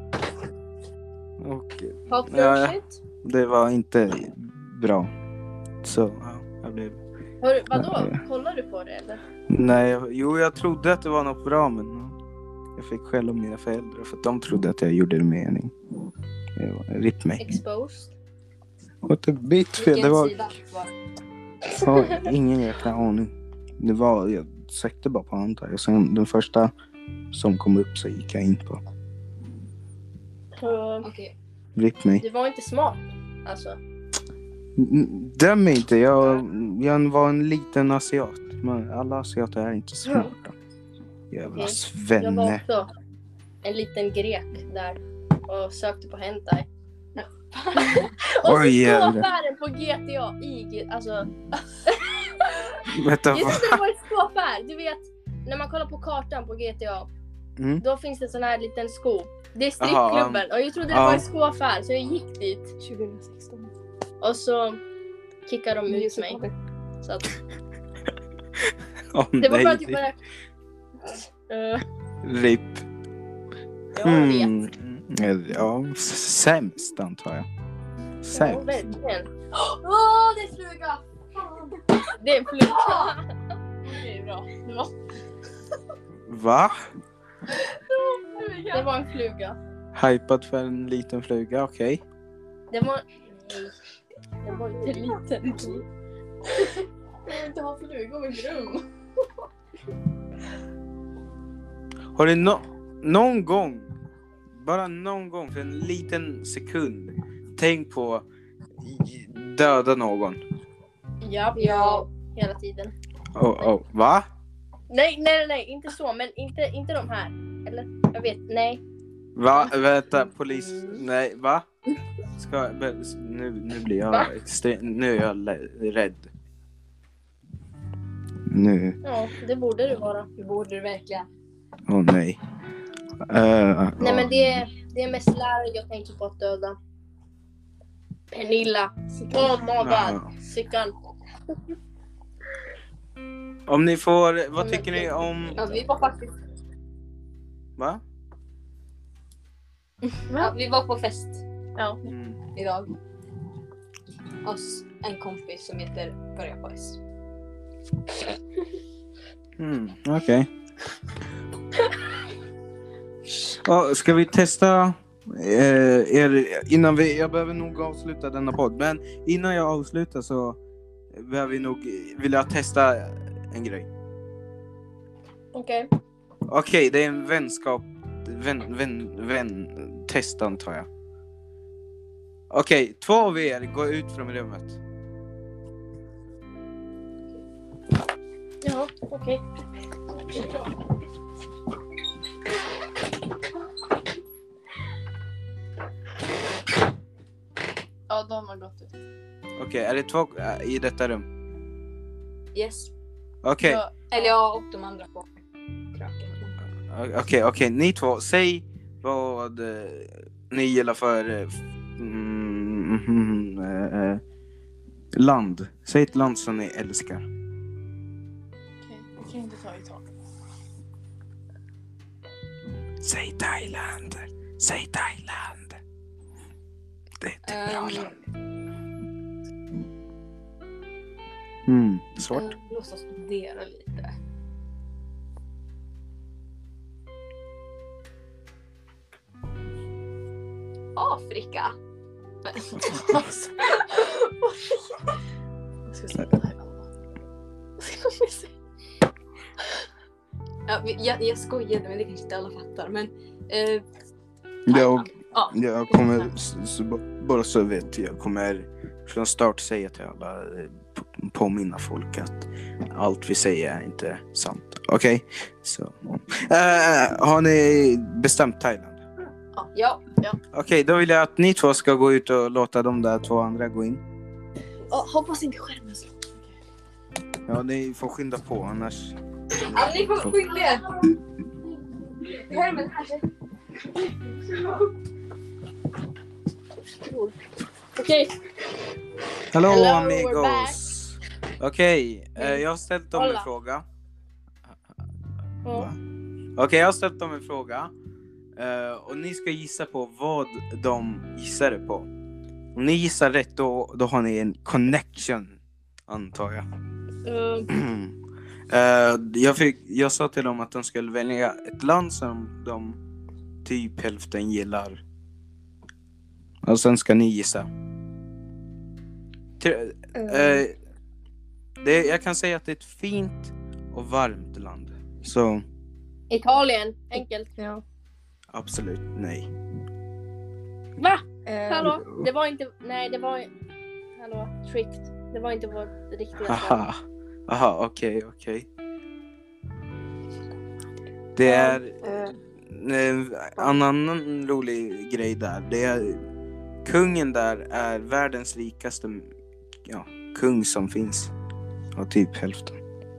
och Hot Ja, ja. shit. det var inte bra så ja, jag blev Hör, vadå? Kollar du på det eller? nej jag, jo jag trodde att det var något bra men ja, jag fick skäll av mina föräldrar för att de trodde att jag gjorde det mening. Det var ripp mig. Exposed? What a bit fel. Det Vilken var sida var? Jag har ingen jäkla aning. Det var, jag sökte bara på hentai och sen den första som kom upp så gick jag in på. Så, Okej. Rip mig. du var inte smart. Alltså. Mm, Döm inte, jag, jag var en liten asiat. Men alla asiater är inte smarta. Jävla Okej. Jag var svenne. också en liten grek där och sökte på hentai. och så Oj, jävlar. skåparen på G T A i G- alltså. Vänta, Jag vad? tyckte det var ett skåpär. Du vet, när man kollar på kartan på G T A, Mm. då finns det sån här liten sko. Det är Aha, strippklubben och jag trodde det ja. var en skåpär så jag gick dit. tjugo sexton. Och så kickade de ut mig. Så att, Åh, det var nej, bara typ det- bara... Uh, Rip. jag vet. Mm. Ja, s- sämst antar jag. Ja, Sämst. verkligen. Åh, det är fluga! Det är en fluga. Det är bra. Det var Va? Det var en fluga. Hypad för en liten fluga, okej. Det var... Nej. Den var inte liten. jag vill inte ha flugor i mitt rum. Har du no- någon gång, bara någon gång för en liten sekund, tänkt på i- döda någon? Ja, Ja. hela tiden. Oh, oh. Va? Nej, nej, nej, nej, inte så, men inte, inte de här. Eller, jag vet, nej. Va? Vänta, polis. Nej, va? Ska nu, nu blir jag Va? extre- nu är jag le- rädd. Nu. Ja, det borde det vara. Det borde du verkligen. Åh oh, nej. Uh, Nej, men det är, det är mest lärare jag tänker på att döda. Pernilla. Oh my god. Ja. Sickan. Om ni får, vad tycker ni om... Ja, vi var faktiskt... Va? Ja, vi var på fest Ja. Mm. idag. Oss, en kompis som heter börjar på S. Mm, okej. Ja, ska vi testa eh, er innan vi, jag behöver nog avsluta denna podd, men innan jag avslutar så behöver vi nog, vill jag testa en grej. Okej. Okej, det är en vänskap, vän, vän, vän, test antar jag. Okej, två av er går ut från rummet. Ja, okej. Ja, de har gått ut. Okej, är det två äh, i detta rum? Yes. Okej, Ja, Eller jag och de andra på kröken. okej, okej. Ni två, säg vad eh, ni gillar för eh, f- mm, mm, eh, eh, land. Säg ett land som ni älskar. okej. Vi kan inte ta i tak. Säg Thailand. Säg Thailand. Det är ett bra Ehm, land. Mm, svårt. eh, Låt oss fundera lite. Afrika. Alltså. Jag ska säga det här. Vad ska vi säga? Ja, vi- jag, jag skojade, men det kanske inte alla fattar. Men eh, Jag, ja. jag kommer, s- s- bara så vet jag, kommer från start säga till alla, eh, p- påminna folk att allt vi säger är inte sant. Okej? Så. Eh, har ni bestämt Thailand? Ja. Okej, då vill jag att ni två ska gå ut och låta de där två andra gå in. Oh, hoppas inte skärmen slår. Ja, ni får skynda på annars. Ja, ni får skynda er. Skärmen här. Okej. Hallå, Hello, we're amigos. Okej, eh, jag har ställt dem en Hola. fråga. Ja. Va? Okej, jag har ställt dem en fråga. Eh, och ni ska gissa på vad de gissade på. Om ni gissar rätt då, då har ni en connection, antar jag. Ehm, Eh, jag, fick, jag sa till dem att de skulle välja ett land som de typ hälften gillar. Och sen ska ni gissa. Till, eh, det, jag kan säga att det är ett fint och varmt land. Så Italien, enkelt. Ja. absolut nej. Va? Eh, Hallå? Det var inte... Nej, det var... Hallå? Tricked. Det var inte vårt riktiga svar. Haha, aha, okej, okej. Det är eh, en annan rolig grej där. Det är kungen där är världens rikaste, ja, kung som finns. Och typ hälften.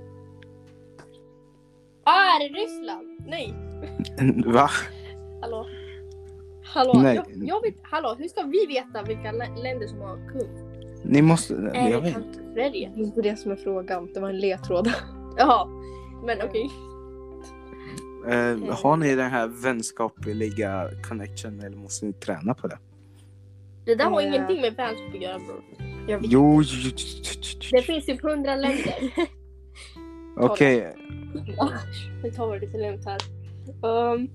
Ah, är det Ryssland? Nej. Va? Hallå? Hallå? Nej. Jag, jag vet... Hallå, hur ska vi veta vilka lä- länder som har kung? Ni måste, Är jag det vet. kanske Sverige? det är inte det som är frågan. Det var en ledtråd. Jaha. Men okej. Eh, har ni den här vänskapliga connection eller måste ni träna på det? Det där har Eh. ingenting med vänskap att göra, bror. Jag vet. Jo, jo, Det finns typ hundra länder. okej. Nu tar vi det lite lugnt här. Um,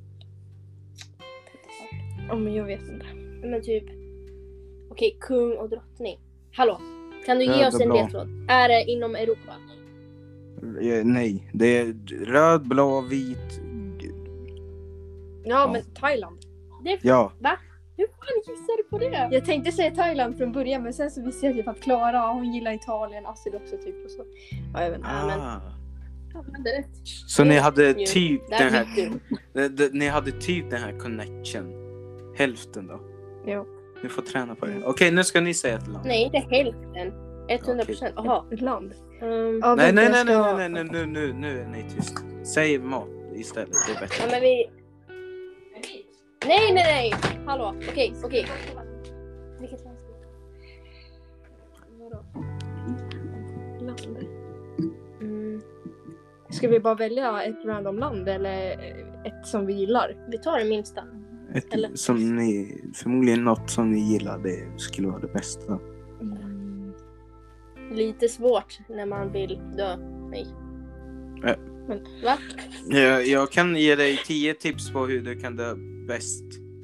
Ja, men jag vet inte. men typ... Okej, kung och drottning. Hallå? Kan du ge Röd oss och en blå. ledtråd? Är det inom Europa? Eh, Nej, det är röd, blå, vit. Ja, Ja. men Thailand. Det är... Ja, Hur fan gissar du på det? Jag tänkte säga Thailand från början, men sen så visste jag typ att Klara, hon gillar Italien, Astrid också typ och så. Ja, jag vet inte. Ja, men- ah. Jag hade rätt. Så ni hade Jo, typ där den här, fick du. det- det- ni hade typ den här connection. Hälften då. Jo. Ni får träna på det. Okej, nu ska ni säga ett land. Nej, inte hälften. hundra procent. Jaha. Ett land. Um, Ja, Nej, vänta, nej, jag nej, ska- nej, nej, nej, nu, nu, nu är ni tyst. Säg mat istället, det är ja, bättre. men vi... Nej, nej, nej! Hallå, okej, okej. Vilket land ska vi... Vadå? Land. Mm. Ska vi bara välja ett random land eller ett som vi gillar? Vi tar det minsta. Ett, eller- som ni, förmodligen något som ni gillar, det skulle vara det bästa. Mm. lite svårt när man vill dö. Nej. Äh. Men, va? Jag, jag kan ge dig tio tips på hur du kan dö bäst.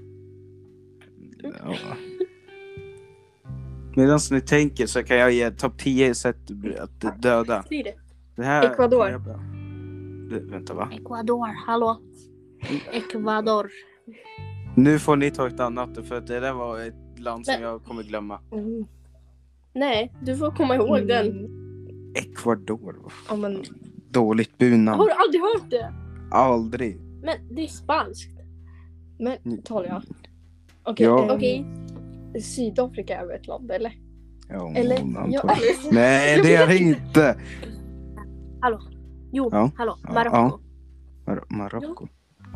Ja. Medan ni tänker så kan jag ge topp tio sätt att döda. Säg det. Det här Ecuador. jag bra. Det, vänta va? Ecuador, hallå. Ecuador. Nu får ni ta ett annat för att det där var ett land som Men- jag kommer glömma. Mm. Nej, du får komma ihåg den. Ecuador. Ja, men, Dåligt bunamn. Har du aldrig hört det? Aldrig. Men det är spanskt. men Talia. Okej. Ja. ehm, Okej. Sydafrika är väl ett land, eller? Ja, Eller? antar Ja, jag. Nej, det är det inte. Jo, Ja. hallå. Ja, Marocko. Mar- Marocko.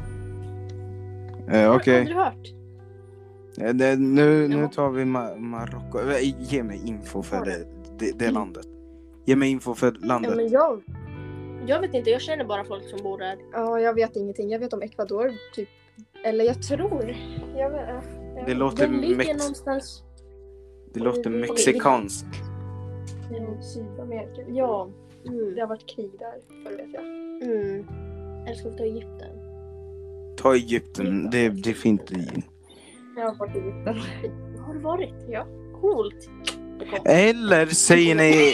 Eh, Okej. Har du aldrig hört? Eh, det- Nu, nu Ja. tar vi Ma- Marocko. Eh, Ge mig info för det, det, det landet. Ge mig info för Ja, landet. men jag, Jag vet inte, jag känner bara folk som bor där. ja, jag vet ingenting. Jag vet om Ecuador, typ. Eller jag tror. Jag vet, jag, Det låter, Den ligger mex- någonstans... det låter Okej, mexikanskt. i Sydamerika. Ja, Mm. det har varit krig där, för vet jag. Mm. Eller ska vi ta Egypten? Ta Egypten, det, det är fint i. Jag har varit i Egypten. Har du varit? Ja. Coolt. Eller säger ni...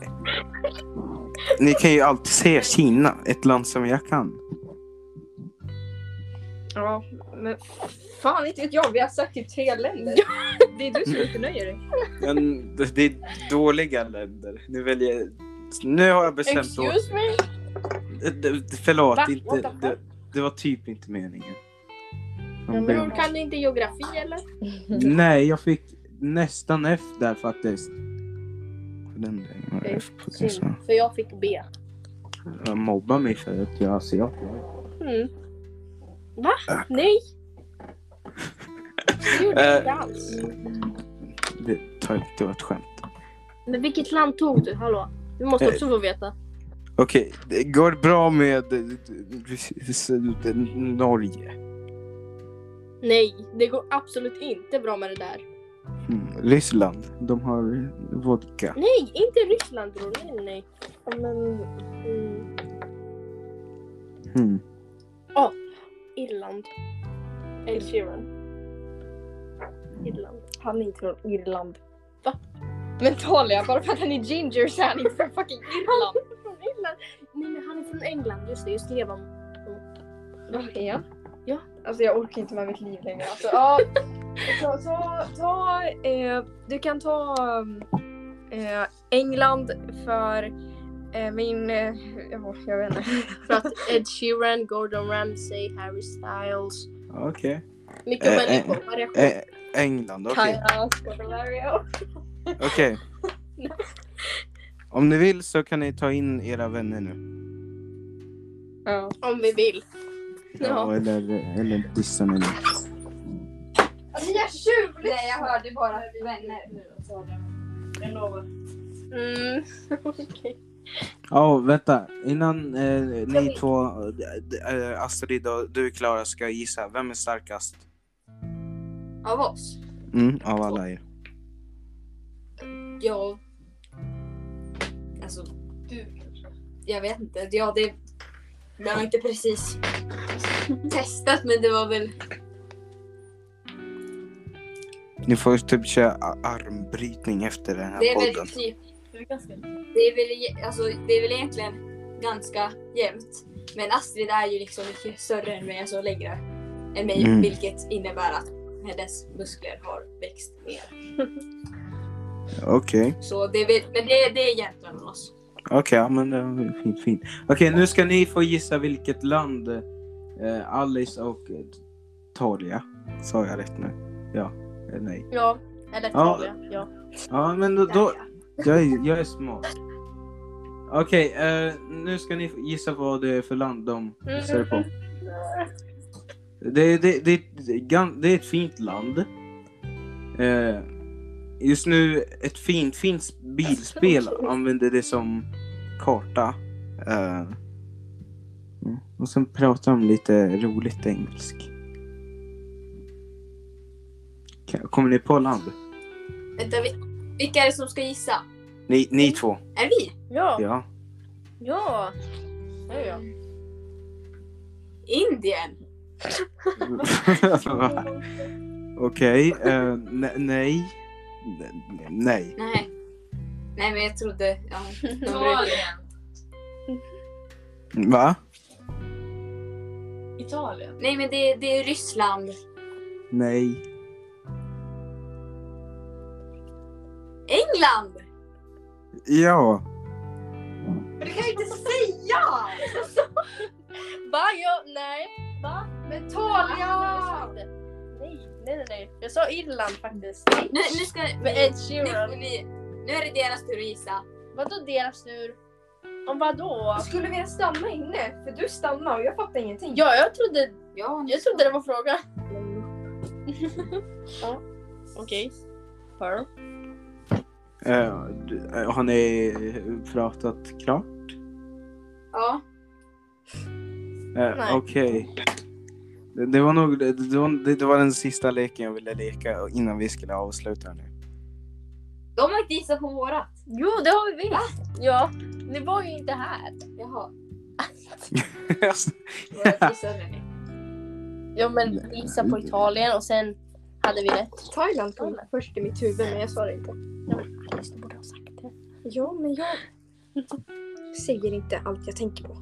Ni kan ju alltid säga Kina, ett land som jag kan. Ja, men fan inte vet jag. Vi har sagt typ tre länder. Det är du som inte nöjer dig. Men det det är dåliga länder. Nu väljer... Nu har jag bestämt då. Excuse me? Det- det- Förlåt, Va? inte, What the det, fuck? det var typ inte meningen. Ja, men hur kan du inte geografi eller? Nej, jag fick nästan F där faktiskt. För den delen var Okej, F på det, så. Synd, för jag fick B. Jag mobbar mig för att jag är asiat. Mm. Va? Nej. Det gjorde jag inte alls. Det, tar- det var ett skämt. Men vilket land tog du? Hallå? Du måste Eh. också få veta. Okej, det går bra med eh, Norge. Nej, det går absolut inte bra med det där. Mm, Ryssland, de har vodka. Nej, inte Ryssland bror. Nej, nej. Ja, men... Mm. Mm. Irland. Ed Sheeran. Irland. Han är inte från Irland. Va? Men Talia, bara för att han är ginger så är han inte från fucking Irland. Från Irland? Nej, men han är från England. Just det, jag skrev om. Va, är han? Ja. Alltså jag orkar inte med mitt liv längre. Alltså, ja, ta, ta, ta eh, du kan ta eh, England för eh, min, eh, ja, jag vet inte. För att Ed Sheeran, Gordon Ramsay, Harry Styles. Okej. Mycket Eh, människor. eh, Variation. Eh, England, okej. Kaja Scodelario. Okej. Om ni vill så kan ni ta in era vänner nu. Ja. Om vi vill. Ja, Ja. eller, eller dissa mig nu. Ni är tjuv! Nej, jag hörde bara vänner. Jag lovar. Mm. Okej. Ja, vänta. Innan eh, ni två, eh, Astrid och du Klara ska gissa, vem är starkast? Av oss? Mm, av alla er. Ja. Alltså, du jag vet inte. Ja, det... Jag har inte precis testat, men det var väl... Ni får typ köra a- armbrytning efter den här Det är podden. väl typ... Det är väl, e- alltså, det är väl egentligen ganska jämnt. Men Astrid är ju liksom mycket större än mig, alltså längre än mig. Mm. Vilket innebär att hennes muskler har växt mer. Okej, Så det är väl, men det, det är jämnt mellan oss. okej, ja, men det var fint, fint. Okej, nu ska ni få gissa vilket land eh, Alice och eh, Talia. Sa jag rätt nu? Ja, eller nej. Ja, eller Ja. Talia. Ja. Ja, men då, då jag, är, jag är smart. Okej, eh, nu ska ni få gissa vad det är för land de ser på. Det, det, det, det, gan- det är ett fint land. Eh, just nu ett fint, fint bilspel använder det som karta. Eh, mm. och sen pratar de lite roligt engelsk. Ka- Kommer ni på land? Vänta, vi, vilka är det som ska gissa? Ni, ni två. Är vi? Ja. Ja. Ja. Ja, ja. Indien. Okej. eh, ne- nej. Ne- Nej. Nej. Nej, men jag trodde... Ja, de brukar- Italien. Va? Italien. Nej, men det, det är Ryssland. Nej. England! Ja. Men du kan ju inte säga! Va? Ja, nej. Va? Men Jag Talia! sa inte. Nej, nej, nej, nej. Jag sa Irland faktiskt. Nu, nu ska... Med Ed Nu, Sheeran. nu, nu är det deras tur att gissa. Vadå deras tur? Om vadå? Du skulle vilja stanna inne, för du stannar och jag fattar ingenting. Ja, jag trodde, Ja, jag trodde det var frågan. Ja, okej. Pearl. Eh, du- eh, har ni pratat klart? Ja. Eh, Nej. Okej. Det, det var nog det, det, var, det, det var den sista leken jag ville leka innan vi skulle avsluta nu. De har inte gissat på vårat. Jo, det har vi visst. Ja, ni var ju inte här. Jaha. Alltså, Vårat gissade ni. Ja, men gissa på Italien och sen hade vi rätt. Thailand kom först i mitt huvud, men jag sa det inte. Ja, men Alice, du borde ha sagt det. Ja, men jag säger inte allt jag tänker på.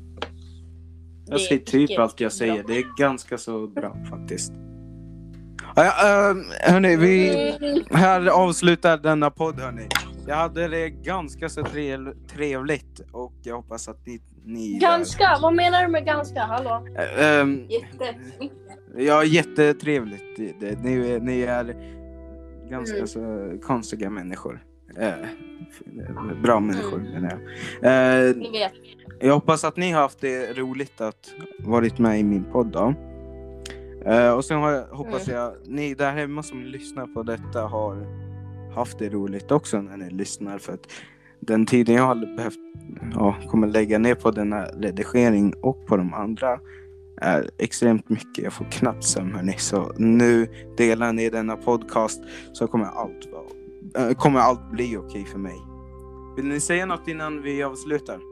jag Det är säger typ icke allt jag säger. bra. Det är ganska så bra faktiskt. Ja, ja, uh, hörni, vi här avslutar denna podd, hörni. Jag hade det ganska så trev, trevligt och jag hoppas att ni... ni Ganska? Vad menar du med ganska? Hallå? Uh, um, Jätte. ja, jättetrevligt. Det, det, ni, ni är ganska Mm. så konstiga människor. Eh, bra människor menar jag. Eh, Ni vet. jag hoppas att ni har haft det roligt att varit med i min podd då. Eh, och sen har jag, hoppas jag ni där hemma som lyssnar på detta har haft det roligt också när ni lyssnar, för att den tiden jag har behövt ja, kommer lägga ner på denna redigering och på de andra är extremt mycket. Jag får knappt sömn, hörni. Så nu delar ni denna podcast så kommer allt vara, äh, kommer allt bli okej för mig. Vill ni säga något innan vi avslutar?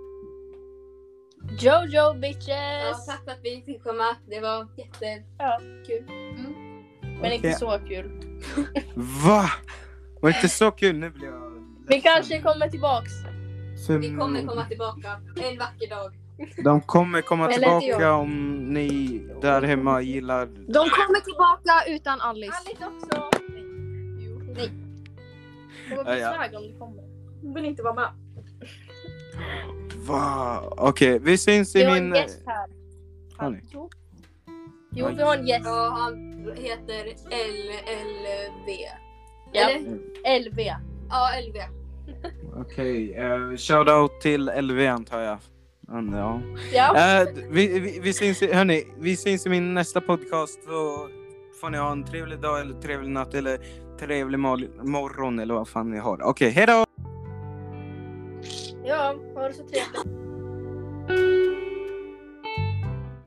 Jojo Ja, bitches! tack för att vi fick komma. Det var jättekul. Mm. Men inte Okej. så kul. Va? Var det inte så kul? Nu blir jag Vi kanske kommer tillbaks. För Vi kommer komma tillbaka en vacker dag. De kommer komma Eller tillbaka inte jag. om ni där hemma gillar. De kommer tillbaka utan Alice. Alice också. Jo. Nej, Kommer Ja, bli ja. svag om du kommer. hon vill inte vara med. Va? Okej, vi syns i Vi har min... en gäst här. Har ni? Jo. Jo, vi har en gäst. Ja, han heter L L V. Ja. Eller? L V. Ja, L V. Okej, uh, shoutout till L V antar jag. Mm, ja. Ja. Eh, vi, vi, vi, syns i, hörni, vi syns i min nästa podcast. Så får ni ha en trevlig dag eller trevlig natt eller trevlig mor- morgon eller vad fan ni har. Okej, hejdå! Ja, ha det så trevligt.